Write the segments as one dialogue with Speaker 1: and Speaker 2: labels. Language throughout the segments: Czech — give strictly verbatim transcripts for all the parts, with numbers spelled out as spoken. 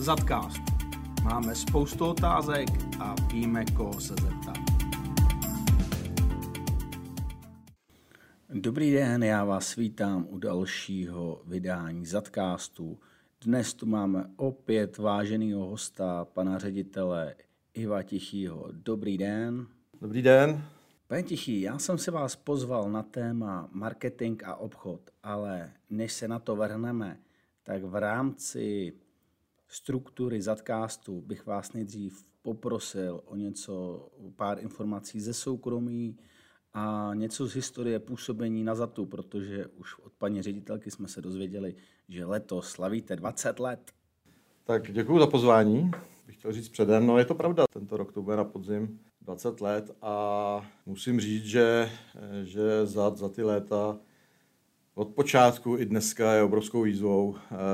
Speaker 1: Zadcast. Máme spoustu otázek a víme, koho se zeptat. Dobrý den, já vás vítám u dalšího vydání Zadcastu. Dnes tu máme opět váženýho hosta, pana ředitele Iva Tichýho. Dobrý den.
Speaker 2: Dobrý den.
Speaker 1: Pane Tichý, já jsem si vás pozval na téma marketing a obchod, ale než se na to vrhneme, tak v rámci struktury Zadcastu bych vás nejdřív poprosil o něco, o pár informací ze soukromí a něco z historie působení na Zatu, protože už od paní ředitelky jsme se dozvěděli, že letos slavíte dvacet let.
Speaker 2: Tak děkuji za pozvání. Bych chtěl říct předem, no je to pravda, tento rok to bude na podzim dvacet let a musím říct, že, že za, za ty léta od počátku i dneska je obrovskou výzvou,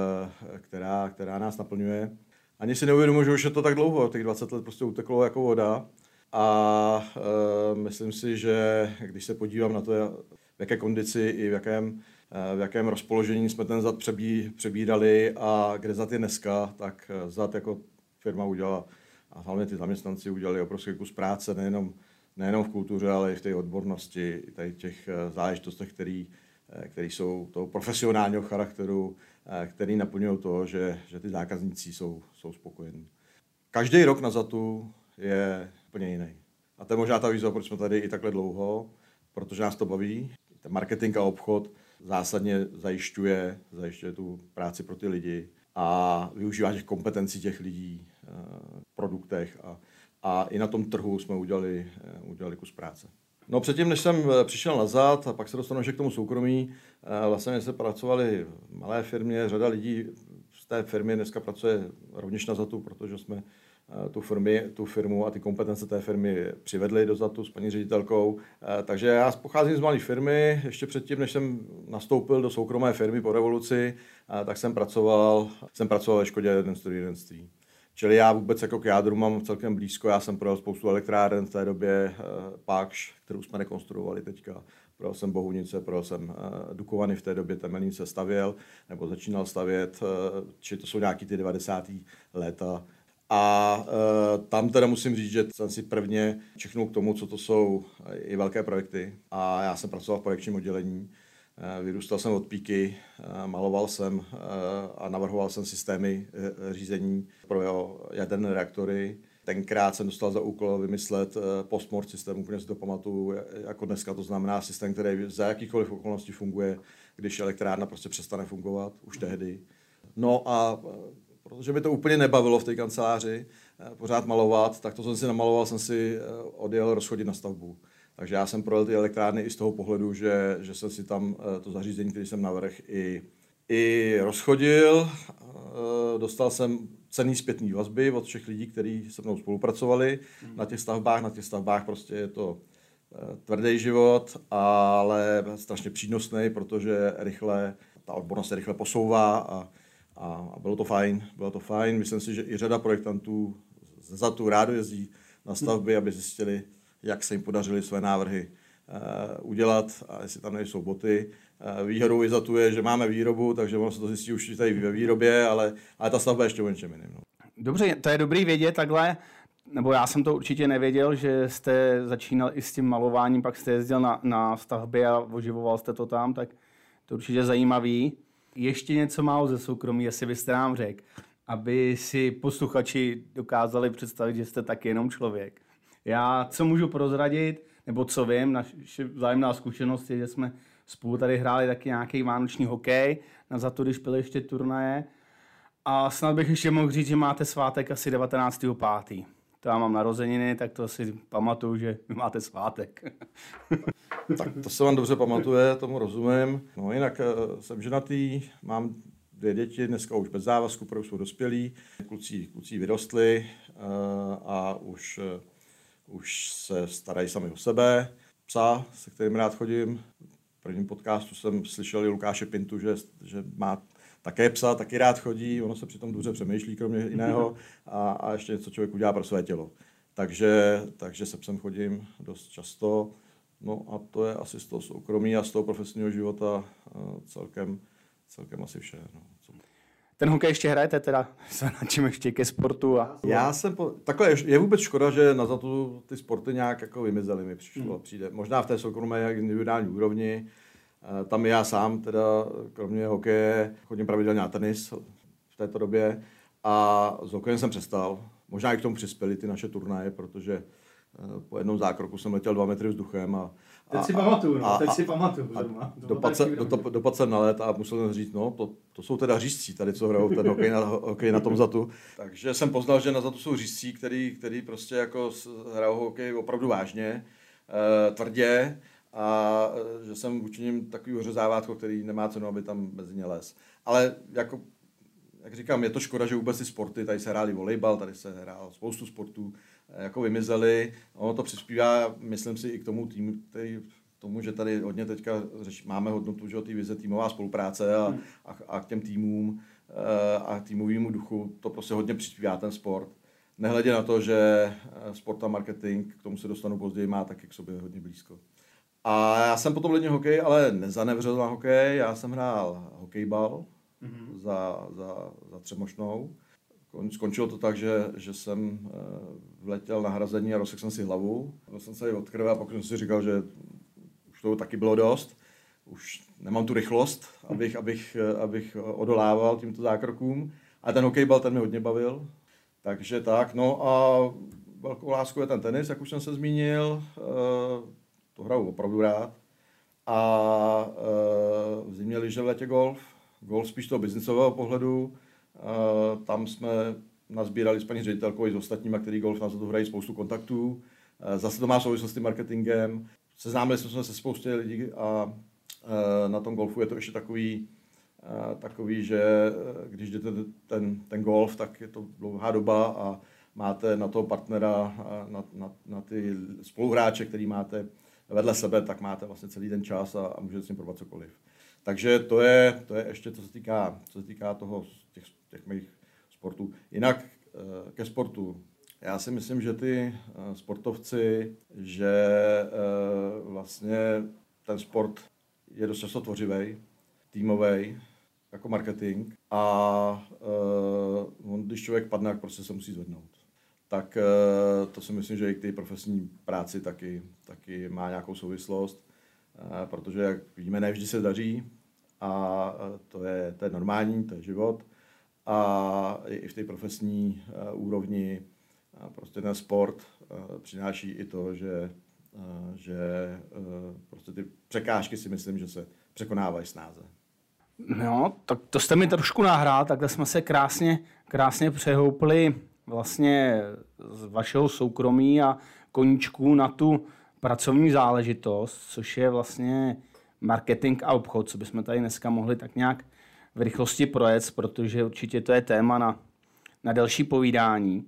Speaker 2: která, která nás naplňuje. Ani si neuvědomuji, že už je to tak dlouho, těch dvacet let prostě uteklo jako voda. A e, myslím si, že když se podívám na to, v jaké kondici i v jakém, v jakém rozpoložení jsme ten Zad přebí, přebírali a kde Zad je dneska, tak Zad jako firma udělala, a hlavně ty zaměstnanci udělali obrovský kus práce, nejenom, nejenom v kultuře, ale i v té odbornosti, i tady těch záležitostech, který, který jsou toho profesionálního charakteru, který naplňují to, že, že ty zákazníci jsou, jsou spokojení. Každý rok na Zatu je úplně jiný. A to je možná ta výzva, proč jsme tady i takhle dlouho, protože nás to baví. Ten marketing a obchod zásadně zajišťuje, zajišťuje tu práci pro ty lidi a využívá těch kompetencí těch lidí v produktech a, a i na tom trhu jsme udělali, udělali kus práce. No předtím, než jsem přišel na Zad a pak se dostanu ještě k tomu soukromí, vlastně jsme pracovali v malé firmě, řada lidí z té firmy dneska pracuje rovněž na Zatu, protože jsme tu, firmy, tu firmu a ty kompetence té firmy přivedli do Zatu s paní ředitelkou. Takže já pocházím z malé firmy, ještě předtím, než jsem nastoupil do soukromé firmy po revoluci, tak jsem pracoval, jsem pracoval ve Škodě jeden strojírenství. Čili já vůbec jako k jádru mám celkem blízko, já jsem projel spoustu elektráren v té době, Pákš, kterou jsme rekonstruovali teďka. Projel jsem Bohunice, projel jsem Dukovany v té době, Temelín se stavěl, nebo začínal stavět, či to jsou nějaký ty devadesátá léta. A e, tam teda musím říct, že jsem si prvně čeknul k tomu, co to jsou i velké projekty. A já jsem pracoval v projekčním oddělení, e, vyrůstal jsem od píky, e, maloval jsem e, a navrhoval jsem systémy e, řízení pro jaderné reaktory. Tenkrát jsem dostal za úkol vymyslet e, postmort systém, úplně si to pamatuju jako dneska, to znamená systém, který za jakýchkoliv okolností funguje, když elektrárna prostě přestane fungovat, už tehdy. No a protože mi to úplně nebavilo v té kanceláři pořád malovat, tak to jsem si namaloval, jsem si odjel rozchodit na stavbu. Takže já jsem projel ty elektrárny i z toho pohledu, že, že jsem si tam to zařízení, který jsem navrhl, i, i rozchodil. Dostal jsem cenný zpětný vazby od všech lidí, kteří se mnou spolupracovali hmm. na těch stavbách. Na těch stavbách prostě je to tvrdý život, ale strašně přínosný, protože rychle, ta odbornost se rychle posouvá a A bylo to fajn, bylo to fajn. Myslím si, že i řada projektantů ze Zatu rádo jezdí na stavby, aby zjistili, jak se jim podařily své návrhy uh, udělat a jestli tam nejsou boty. Uh, výhodou i Zatu je, že máme výrobu, takže ono se to zjistí už tady ve výrobě, ale, ale ta stavba je ještě o něčem jiným. No.
Speaker 1: Dobře, to je dobrý vědět takhle, nebo já jsem to určitě nevěděl, že jste začínal i s tím malováním, pak jste jezdil na, na stavby a oživoval jste to tam, tak to určitě zajímavý. Ještě něco málo ze soukromí, jestli byste nám řekl, aby si posluchači dokázali představit, že jste taky jenom člověk. Já co můžu prozradit, nebo co vím, naše vzájemná zkušenost je, že jsme spolu tady hráli taky nějaký vánoční hokej, na Zatu, když byly ještě turnaje. A snad bych ještě mohl říct, že máte svátek asi devatenáctého pátého To já mám narozeniny, tak to si pamatuju, že vy máte svátek.
Speaker 2: Tak to se vám dobře pamatuje, tomu rozumím. No jinak jsem ženatý, mám dvě děti, dneska už bez závazku, protože jsou dospělí. Kluci, kluci vyrostli a už, už se starají sami o sebe. Psa, se kterým rád chodím. V prvním podcastu jsem slyšel i Lukáše Pintu, že, že má také psa, taky rád chodí, ono se přitom dobře přemýšlí, kromě jiného, a, a ještě něco člověk udělá pro své tělo. Takže, takže se psem chodím dost často. No a to je asi z toho soukromí a z toho profesního života celkem, celkem asi vše. No.
Speaker 1: Ten hokej ještě hrajete teda? Se načím ještě ke sportu a...
Speaker 2: Já jsem... Po... Takhle je, je vůbec škoda, že na Zatu ty sporty nějak jako vymizely mi přišlo. Hmm. Přijde. Možná v té soukromé individuální úrovni. Tam já sám teda, kromě hokeje, chodím pravidelně na tenis v této době a s hokejem jsem přestal. Možná i k tomu přispěly ty naše turnaje, protože po jednom zákroku jsem letěl dva metry vzduchem a...
Speaker 1: Teď si pamatuju, no, teď si pamatuju.
Speaker 2: Dopad, se, do, dopad jsem na let a musel jsem říct, no, to, to jsou teda řízcí tady, co hrajou ten hokej na, hokej na tom Zatu. Takže jsem poznal, že na Zatu jsou řízcí, který, který prostě jako hrajou hokej opravdu vážně, e, tvrdě a e, že jsem vůči nim takový ořezávátko, který nemá cenu, aby tam mezi ně les. Ale jako, jak říkám, je to škoda, že vůbec ty sporty, tady se hráli volejbal, tady se hrál spoustu sportů, jako vymizely. Ono to přispívá, myslím si, i k tomu týmu, který, tomu, že tady hodně teďka řeš, máme hodnotu, že ty vize týmová spolupráce a, hmm. a, a k těm týmům a k týmovému duchu, to prostě hodně přispívá ten sport. Nehledě na to, že sport a marketing, k tomu se dostanu později, má taky k sobě hodně blízko. A já jsem potom lední hokej, ale nezanevřel na hokej, já jsem hrál hokejbal hmm. za, za, za Třemošnou. Skončilo to tak, že, že jsem vletěl na hrazení a rozsekl jsem si hlavu. Byl jsem se od krve a pak jsem si říkal, že už to taky bylo dost. Už nemám tu rychlost, abych, abych, abych odolával tímto zákrokům. A ten hokejbal, ten mě hodně bavil. Takže tak, no a velkou láskou je ten tenis, jak už jsem se zmínil. To hraju opravdu rád. A v zimě lyže, v létě golf. Golf spíš toho biznisového pohledu. Uh, tam jsme nazbírali s paní ředitelkou i s ostatníma, který golf na Zatu hrají, spoustu kontaktů. Uh, zase to má souvislost s tím marketingem. Seznámili jsme se se spoustě lidí a uh, na tom golfu je to ještě takový, uh, takový že uh, když jdete ten, ten golf, tak je to dlouhá doba a máte na toho partnera, uh, na, na, na ty spoluhráče, který máte vedle sebe, tak máte vlastně celý ten čas a, a můžete s ním probovat cokoliv. Takže to je, to je ještě, co se týká, co se týká toho, těch, těch mých sportů. Jinak ke sportu. Já si myslím, že ty sportovci, že vlastně ten sport je dost často tvořivý, týmový, jako marketing. A on, když člověk padne, tak prostě se musí zvednout. Tak to si myslím, že i k té profesní práci taky, taky má nějakou souvislost. Protože, jak vidíme, ne vždy se daří a to je, to je normální, to je život. A i v té profesní úrovni prostě ten sport přináší i to, že, že prostě ty překážky si myslím, že se překonávají snáze.
Speaker 1: No, tak to jste mi trošku nahrál, takhle jsme se krásně, krásně přehoupli vlastně z vašeho soukromí a koníčků na tu pracovní záležitost, což je vlastně marketing a obchod, co bychom tady dneska mohli tak nějak v rychlosti projet, protože určitě to je téma na, na delší povídání.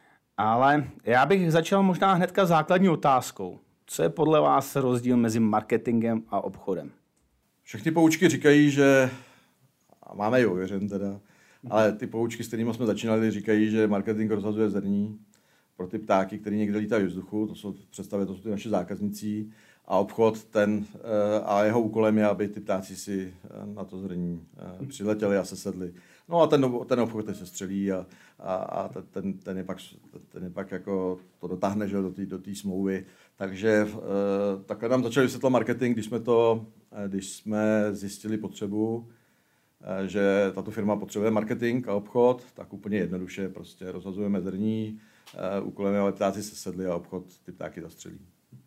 Speaker 1: Ale já bych začal možná hnedka základní otázkou. Co je podle vás rozdíl mezi marketingem a obchodem?
Speaker 2: Všechny poučky říkají, že, a máme ji ověřen teda, ale ty poučky, s kterými jsme začínali, říkají, že marketing rozhazuje zrní pro ty ptáky, které někde lítají v vzduchu, to jsou v představě, to jsou ty naše zákazníci, a obchod ten a jeho úkolem je, aby ty ptáci si na to zrní přiletěli a sesedli. No a ten, ten obchod se střelí a, a, a ten, ten, je pak, ten je pak jako to dotáhne, že, do té do té smlouvy. Takže takhle nám začali vysvětlit marketing, když jsme, to, když jsme zjistili potřebu, že tato firma potřebuje marketing a obchod, tak úplně jednoduše prostě rozhazujeme zrní, úkolem je, aby ptáci sesedli a obchod ty ptáky zastřelí.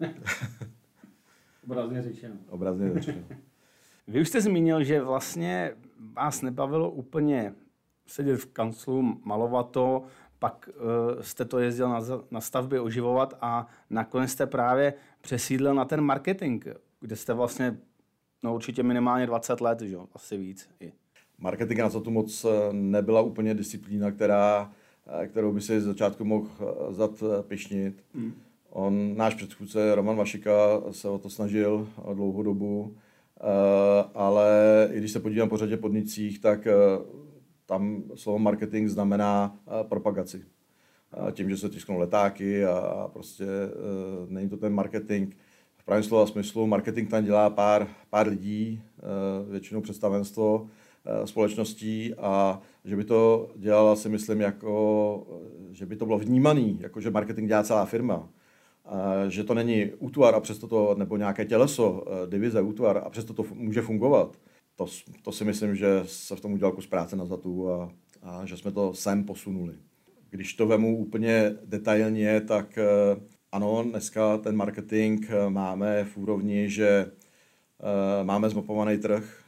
Speaker 1: Obrazně řečeno.
Speaker 2: Obrazně řečeno.
Speaker 1: Vy už jste zmínil, že vlastně vás nebavilo úplně sedět v kanclu, malovat to, pak uh, jste to jezdil na, na stavby oživovat a nakonec jste právě přesídlil na ten marketing, kde jste vlastně no, určitě minimálně dvacet let, že? Asi víc. I.
Speaker 2: Marketing na to moc nebyla úplně disciplína, která, kterou by si z začátku mohl zad pyšnit. Hmm. On, náš předchůdce Roman Vašika se o to snažil dlouhou dobu, ale i když se podívám po řadě podnicích, tak tam slovo marketing znamená propagaci. Tím, že se tisknou letáky a prostě není to ten marketing v pravém slova smyslu. Marketing tam dělá pár, pár lidí, většinou představenstvo společností a že by to dělala, si myslím, jako, že by to bylo vnímaný, jako že marketing dělá celá firma. Že to není útvar a přesto to, nebo nějaké těleso, divize, útvar a přesto to může fungovat. To, to si myslím, že se v tom udělal kus práce na zatu a, a že jsme to sem posunuli. Když to vemu úplně detailně, tak ano, dneska ten marketing máme v úrovni, že máme zmapovaný trh,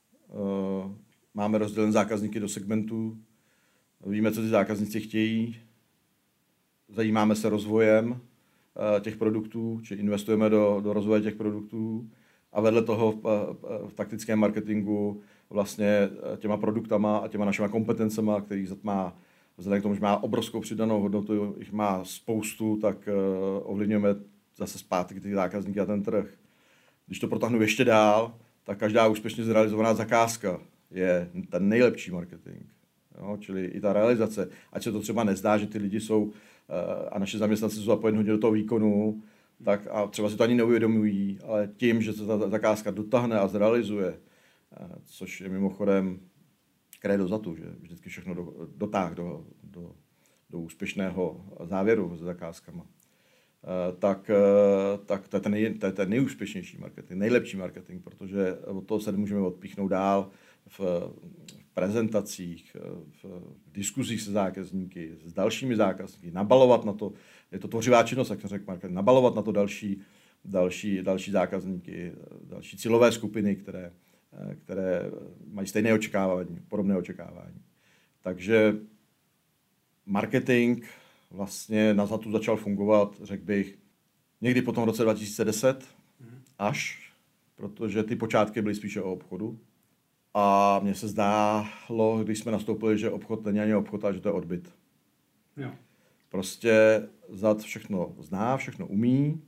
Speaker 2: máme rozdělen zákazníky do segmentů, víme, co ty zákazníci chtějí, zajímáme se rozvojem těch produktů, či investujeme do, do rozvoje těch produktů a vedle toho v, v taktickém marketingu vlastně těma produktama a těma našima kompetencema, který má, vzhledem k tomu, že má obrovskou přidanou hodnotu, jich má spoustu, tak ovlivňujeme zase zpátky ty zákazníky a ten trh. Když to protáhnu ještě dál, tak každá úspěšně zrealizovaná zakázka je ten nejlepší marketing. Jo, čili i ta realizace, ať se to třeba nezdá, že ty lidi jsou a naši zaměstnanci jsou zapojeni hodně do toho výkonu, tak a třeba si to ani neuvědomují, ale tím, že se ta zakázka dotáhne a zrealizuje, což je mimochodem krédo zatu, že vždycky všechno do, dotáh do, do, do úspěšného závěru s zakázkama, tak, tak to je ten, nej, to je ten nejúspěšnější marketing, nejlepší marketing, protože od toho se můžeme odpíchnout dál v, v prezentacích, v diskuzích se zákazníky, s dalšími zákazníky, nabalovat na to, je to tvořivá činnost, jak to řekl marketing, nabalovat na to další, další, další zákazníky, další cílové skupiny, které, které mají stejné očekávání, podobné očekávání. Takže marketing vlastně na zatu začal fungovat, řekl bych, někdy po tom roce dva tisíce deset až, protože ty počátky byly spíše o obchodu. A mně se zdálo, když jsme nastoupili, že obchod není ani obchod, ale že to je odbyt. Jo. Prostě zat všechno zná, všechno umí.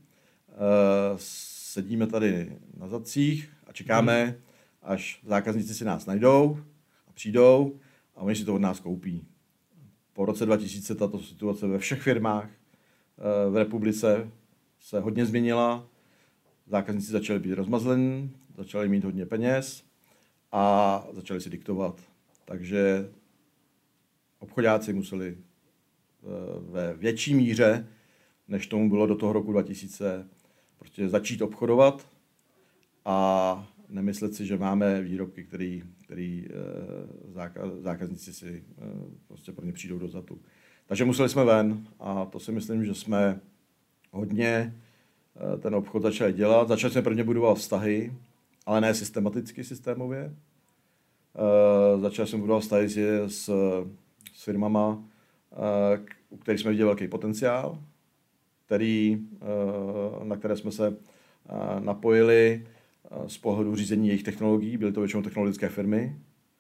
Speaker 2: Sedíme tady na zadcích a čekáme, hmm. až zákazníci si nás najdou a přijdou a oni si to od nás koupí. Po roce dva tisíce tato situace ve všech firmách v republice se hodně změnila. Zákazníci začali být rozmazlení, začali mít hodně peněz a začali si diktovat. Takže obchodáci museli ve větší míře, než tomu bylo do toho roku dva tisíce, prostě začít obchodovat a nemyslet si, že máme výrobky, který, který zákazníci si prostě pro ně přijdou do zatu. Takže museli jsme ven a to si myslím, že jsme hodně ten obchod začali dělat. Začali jsme prvně budovat vztahy, ale ne systematicky, systémově. Začali jsme budovat vztahy s, s firmama, u kterých jsme viděli velký potenciál, který, na které jsme se napojili z pohledu řízení jejich technologií. Byly to většinou technologické firmy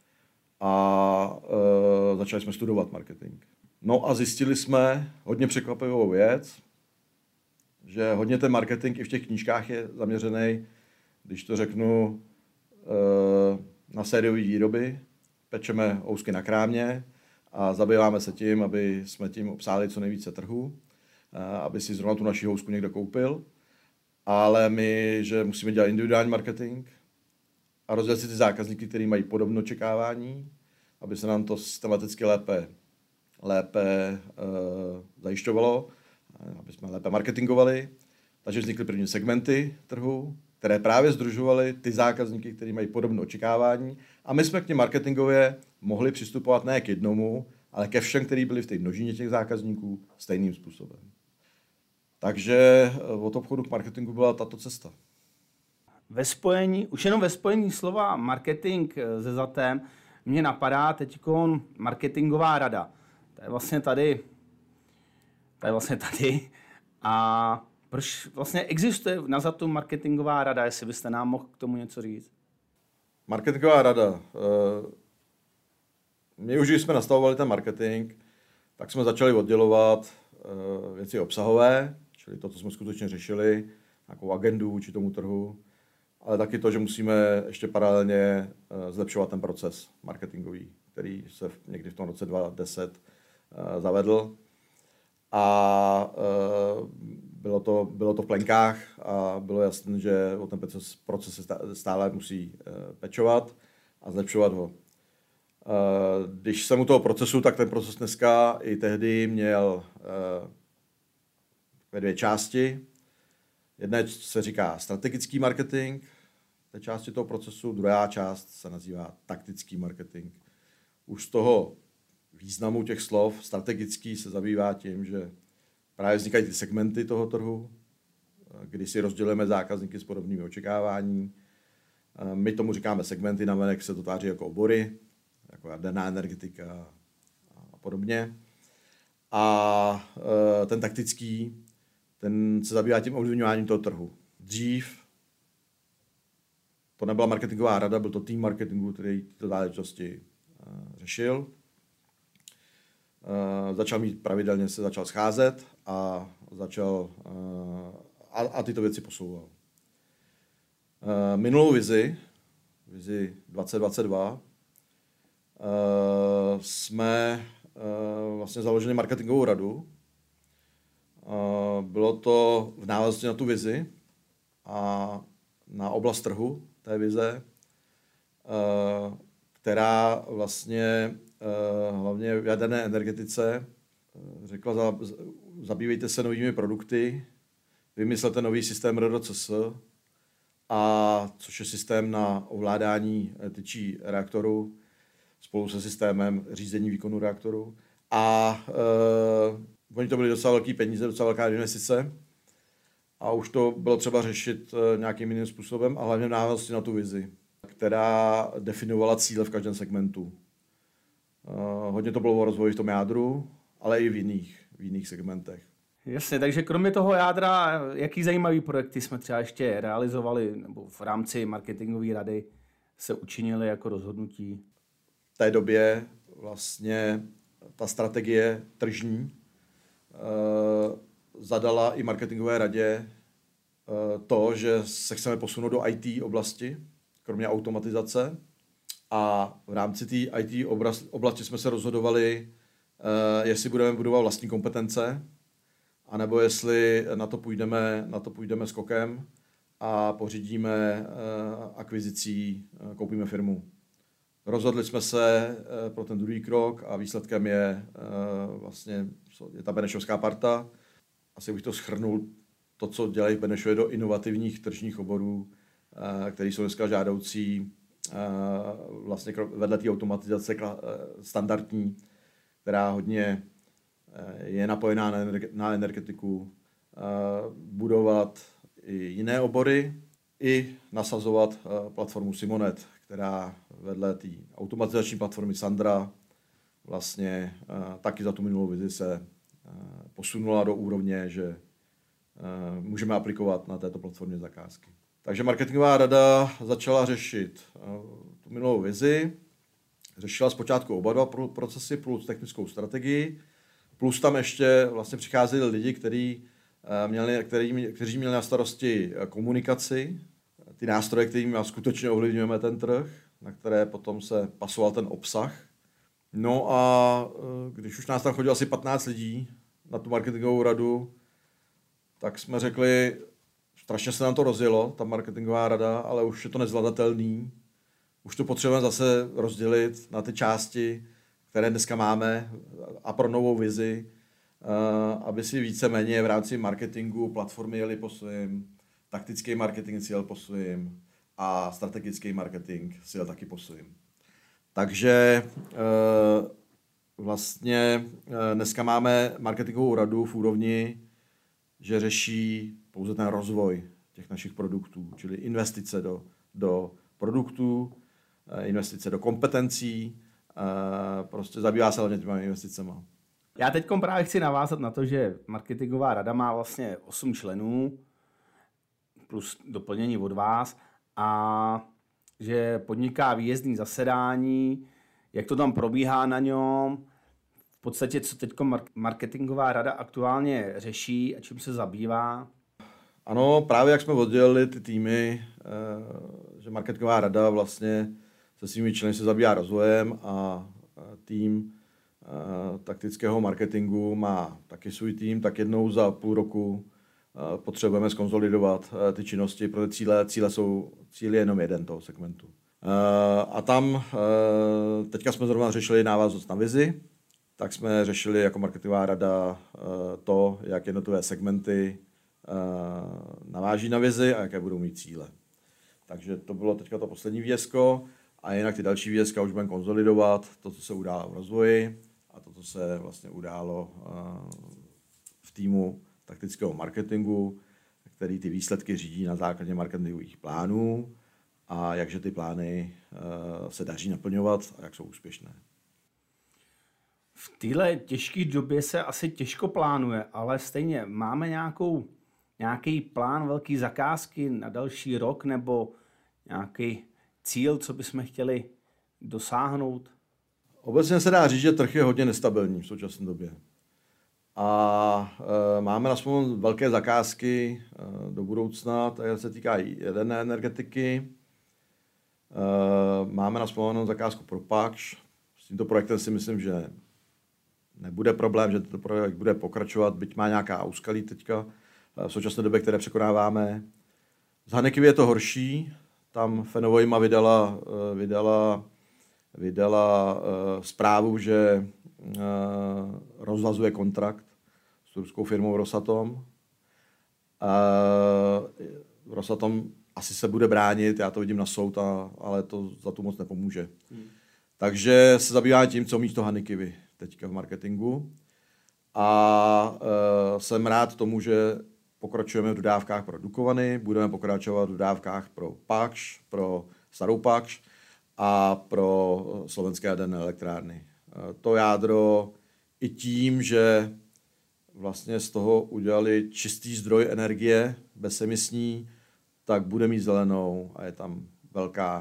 Speaker 2: a začali jsme studovat marketing. No a zjistili jsme hodně překvapivou věc, že hodně ten marketing i v těch knížkách je zaměřený, když to řeknu, na sériové výroby. Pečeme housky na krámě a zabýváme se tím, aby jsme tím obsáhli co nejvíce trhu, aby si zrovna tu naši housku někdo koupil. Ale my, že musíme dělat individuální marketing a rozdělit si ty zákazníky, kteří mají podobné očekávání, aby se nám to systematicky lépe, lépe uh, zajišťovalo, aby jsme lépe marketingovali. Takže vznikly první segmenty trhu, které právě sdružovaly ty zákazníky, kteří mají podobné očekávání. A my jsme k těm marketingově mohli přistupovat ne k jednomu, ale ke všem, kteří byli v té množině těch zákazníků stejným způsobem. Takže od obchodu k marketingu byla tato cesta.
Speaker 1: Ve spojení, už jenom ve spojení slova marketing se zatem mě napadá teď marketingová rada. To je vlastně tady. To je vlastně tady. A proč vlastně existuje na zatu marketingová rada, jestli byste nám mohl k tomu něco říct?
Speaker 2: Marketingová rada. My už, když jsme nastavovali ten marketing, tak jsme začali oddělovat věci obsahové, čili to, co jsme skutečně řešili, nějakou agendu vůči tomu trhu, ale taky to, že musíme ještě paralelně zlepšovat ten proces marketingový, který se někdy v tom roce dva tisíce deset zavedl. A bylo to, bylo to v plenkách a bylo jasné, že o ten proces, proces se stále musí pečovat a zlepšovat ho. Když jsem u toho procesu, tak ten proces dneska i tehdy měl ve dvě části. Jedna se říká strategický marketing, té části toho procesu, druhá část se nazývá taktický marketing. Už z toho významu těch slov strategický se zabývá tím, že právě vznikají ty segmenty toho trhu, kdy si rozdělujeme zákazníky s podobnými očekávání. My tomu říkáme segmenty, navenek se to tváří jako obory, jako jaderná energetika a podobně. A ten taktický, ten se zabývá tím ovlivňováním toho trhu. Dřív to nebyla marketingová rada, byl to tým marketingu, který tyto záležitosti řešil. Začal mít pravidelně, se začal scházet a začal a, a tyto věci posouval. Minulou vizi, vizi dvacet dvacet dva, jsme vlastně založili marketingovou radu. Bylo to v návaznosti na tu vizi a na oblast trhu té vize, která vlastně hlavně v jaderné energetice řekla, zabývejte se novými produkty, vymyslete nový systém R R C S, a což je systém na ovládání tyčí reaktoru spolu se systémem řízení výkonu reaktoru. A e, oni to byly docela velké peníze, docela velká investice. A už to bylo třeba řešit e, nějakým jiným způsobem, a hlavně v návaznosti na tu vizi, která definovala cíle v každém segmentu. E, hodně to bylo o rozvoji v tom jádru, ale i v jiných, v jiných segmentech.
Speaker 1: Jasně, takže kromě toho jádra, jaký zajímavý projekty jsme třeba ještě realizovali, nebo v rámci marketingové rady se učinili jako rozhodnutí?
Speaker 2: V té době vlastně ta strategie tržní eh, zadala i marketingové radě eh, to, že se chceme posunout do I T oblasti, kromě automatizace. A v rámci té I T oblasti jsme se rozhodovali, eh, jestli budeme budovat vlastní kompetence, anebo jestli na to půjdeme, na to půjdeme skokem a pořídíme uh, akvizicí, uh, koupíme firmu. Rozhodli jsme se uh, pro ten druhý krok a výsledkem je uh, vlastně je ta benešovská parta. Asi bych to shrnul, to, co dělají v Benešově do inovativních tržních oborů, uh, které jsou dneska žádoucí, uh, vlastně vedle té automatizace uh, standardní, která hodně je napojená na energetiku, budovat i jiné obory, i nasazovat platformu Simonet, která vedle té automatizační platformy Sandra vlastně taky za tu minulou vizi se posunula do úrovně, že můžeme aplikovat na této platformě zakázky. Takže marketingová rada začala řešit tu minulou vizi, řešila zpočátku oba dva procesy plus technickou strategii, plus tam ještě vlastně přicházeli lidi, kteří měli, který, kteří měli na starosti komunikaci, ty nástroje, kterými skutečně ovlivňujeme ten trh, na které potom se pasoval ten obsah. No a když už nás tam chodilo asi patnáct lidí na tu marketingovou radu, tak jsme řekli, strašně se nám to rozjelo, ta marketingová rada, ale už je to nezvladatelný. Už to potřebujeme zase rozdělit na ty části, které dneska máme, a pro novou vizi, aby si víceméně v rámci marketingu platformy jeli po svým, taktický marketing si jel po svým a strategický marketing si jel taky po svým. Takže vlastně dneska máme marketingovou radu v úrovni, že řeší pouze ten rozvoj těch našich produktů, čili investice do, do produktů, investice do kompetencí, prostě zabývá se hlavně těma investicema.
Speaker 1: Já teď právě chci navázat na to, že marketingová rada má vlastně osm členů plus doplnění od vás a že podniká výjezdní zasedání, jak to tam probíhá na něm, v podstatě co teď marketingová rada aktuálně řeší a čím se zabývá.
Speaker 2: Ano, právě jak jsme oddělili ty týmy, že marketingová rada vlastně se svými členy se zabývá rozvojem a tým taktického marketingu má taky svůj tým, tak jednou za půl roku potřebujeme zkonsolidovat ty činnosti, protože cíle, cíle jsou cíl je jenom jeden toho segmentu. A tam teďka jsme zrovna řešili návaznost na vizi, tak jsme řešili jako marketingová rada to, jak jednotlivé segmenty naváží na vizi a jaké budou mít cíle. Takže to bylo teďka to poslední výjezdko a jinak ty další výjezdka už budeme konsolidovat, to, co se událo v rozvoji a to, co se vlastně událo v týmu taktického marketingu, který ty výsledky řídí na základě marketingových plánů a jakže ty plány se daří naplňovat a jak jsou úspěšné.
Speaker 1: V téhle těžké době se asi těžko plánuje, ale stejně máme nějakou, nějaký plán velký zakázky na další rok nebo nějaký cíl, co bychom chtěli dosáhnout?
Speaker 2: Obecně se dá říct, že trh je hodně nestabilní v současné době. A e, máme na svou velké zakázky e, do budoucna, to se týká i jaderné energetiky. E, máme na svou zakázku pro Pakš. S tímto projektem si myslím, že nebude problém, že tento projekt bude pokračovat, byť má nějaká úskalí teďka v současné době, které překonáváme. Z Hanekivy je to horší. Tam Fenovojma vydala, vydala, vydala uh, zprávu, že uh, rozvazuje kontrakt s ruskou firmou Rosatom. Uh, Rosatom asi se bude bránit, já to vidím na soud, a, ale to za to moc nepomůže. Hmm. Takže se zabývá tím, co místo Hanekivy teďka v marketingu. A uh, jsem rád tomu, že pokračujeme v dodávkách pro Dukovany, budeme pokračovat v dodávkách pro Pakš, pro starou Pakš a pro slovenské jaderné elektrárny. To jádro i tím, že vlastně z toho udělali čistý zdroj energie, bezemisní, tak bude mít zelenou a je tam velká,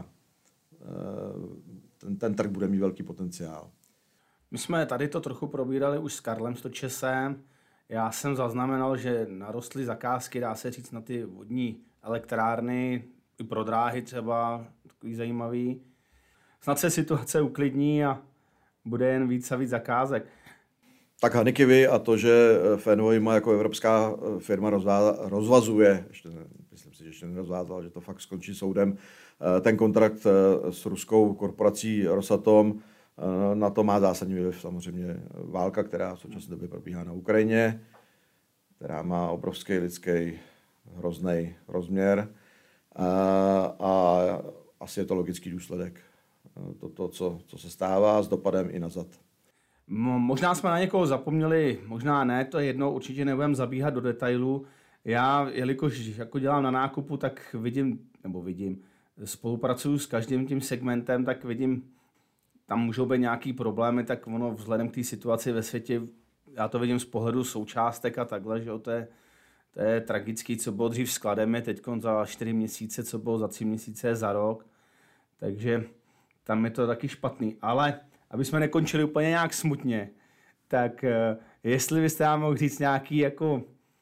Speaker 2: ten, ten trh bude mít velký potenciál.
Speaker 1: My jsme tady to trochu probírali už s Karlem Stočesem. Já jsem zaznamenal, že narostly zakázky, dá se říct, na ty vodní elektrárny, i pro dráhy třeba, takový zajímavý. Snad se situace uklidní a bude jen víc a víc zakázek.
Speaker 2: Tak Hanekivy a to, že Fenovojma jako evropská firma rozvazuje, ještě ne, myslím si, že ještě nerozvázala, že to fakt skončí soudem, ten kontrakt s ruskou korporací Rosatom, na to má zásadní vliv samozřejmě válka, která v současné době probíhá na Ukrajině, která má obrovský lidský hrozný rozměr a, a asi je to logický důsledek. To, to co, co se stává s dopadem i nazad.
Speaker 1: Možná jsme na někoho zapomněli, možná ne, to je jedno, určitě nebudeme zabíhat do detailů. Já, jelikož jako dělám na nákupu, tak vidím, nebo vidím, spolupracuju s každým tím segmentem, tak vidím, tam můžou být nějaký problémy, tak ono vzhledem k té situaci ve světě, já to vidím z pohledu součástek a takhle, že jo, to je, to je tragický, co bylo dřív skladem, je teď za čtyři měsíce, co bylo za tři měsíce, za rok, takže tam je to taky špatný. Ale aby jsme nekončili úplně nějak smutně, tak jestli byste nám mohl říct nějaký jako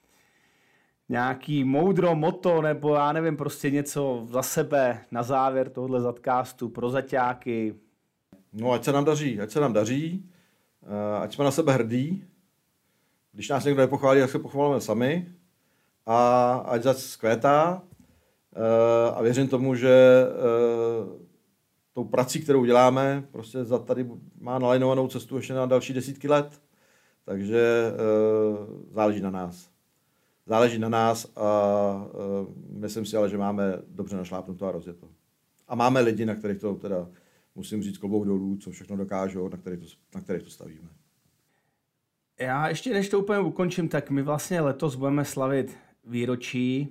Speaker 1: nějaký moudro, moto, nebo já nevím, prostě něco za sebe na závěr tohohle zadcastu pro zaťáky.
Speaker 2: No, ať se nám daří, ať se nám daří, ať jsme na sebe hrdí. Když nás někdo nepochválí, tak se pochválíme sami. A ať zase zkvétá. A věřím tomu, že tou prací, kterou děláme, prostě za tady má nalajnovanou cestu ještě na další desítky let. Takže záleží na nás. Záleží na nás a myslím si ale, že máme dobře našlápnuto a rozjeto. A máme lidi, na kterých to teda musím říct klobouk dolů, co všechno dokážou, na kterých to, na kterých to stavíme.
Speaker 1: Já ještě, než to úplně ukončím, tak my vlastně letos budeme slavit výročí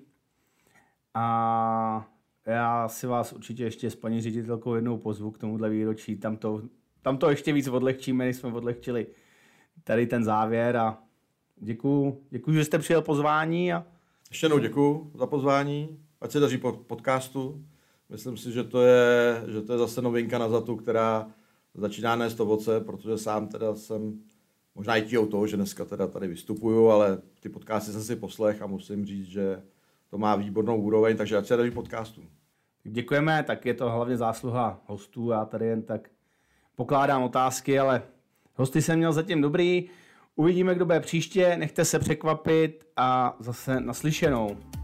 Speaker 1: a já si vás určitě ještě s paní ředitelkou jednou pozvu k tomuhle výročí. Tam to, tam to ještě víc odlehčíme, než jsme odlehčili tady ten závěr a děkuju, děkuju, že jste přijel pozvání. A...
Speaker 2: Ještě jednou děkuju za pozvání, ať se daří podcastu. Myslím si, že to je, že to je zase novinka na Zatu, která začíná nést ovoce, protože sám teda jsem možná i tíhou toho, že dneska teda tady vystupuju, ale ty podcasty jsem si poslech a musím říct, že to má výbornou úroveň, takže ať se daří podcastu.
Speaker 1: Děkujeme, tak je to hlavně zásluha hostů, já tady jen tak pokládám otázky, ale hosty jsem měl zatím dobrý. Uvidíme, kdo bude příště, nechte se překvapit a zase naslyšenou.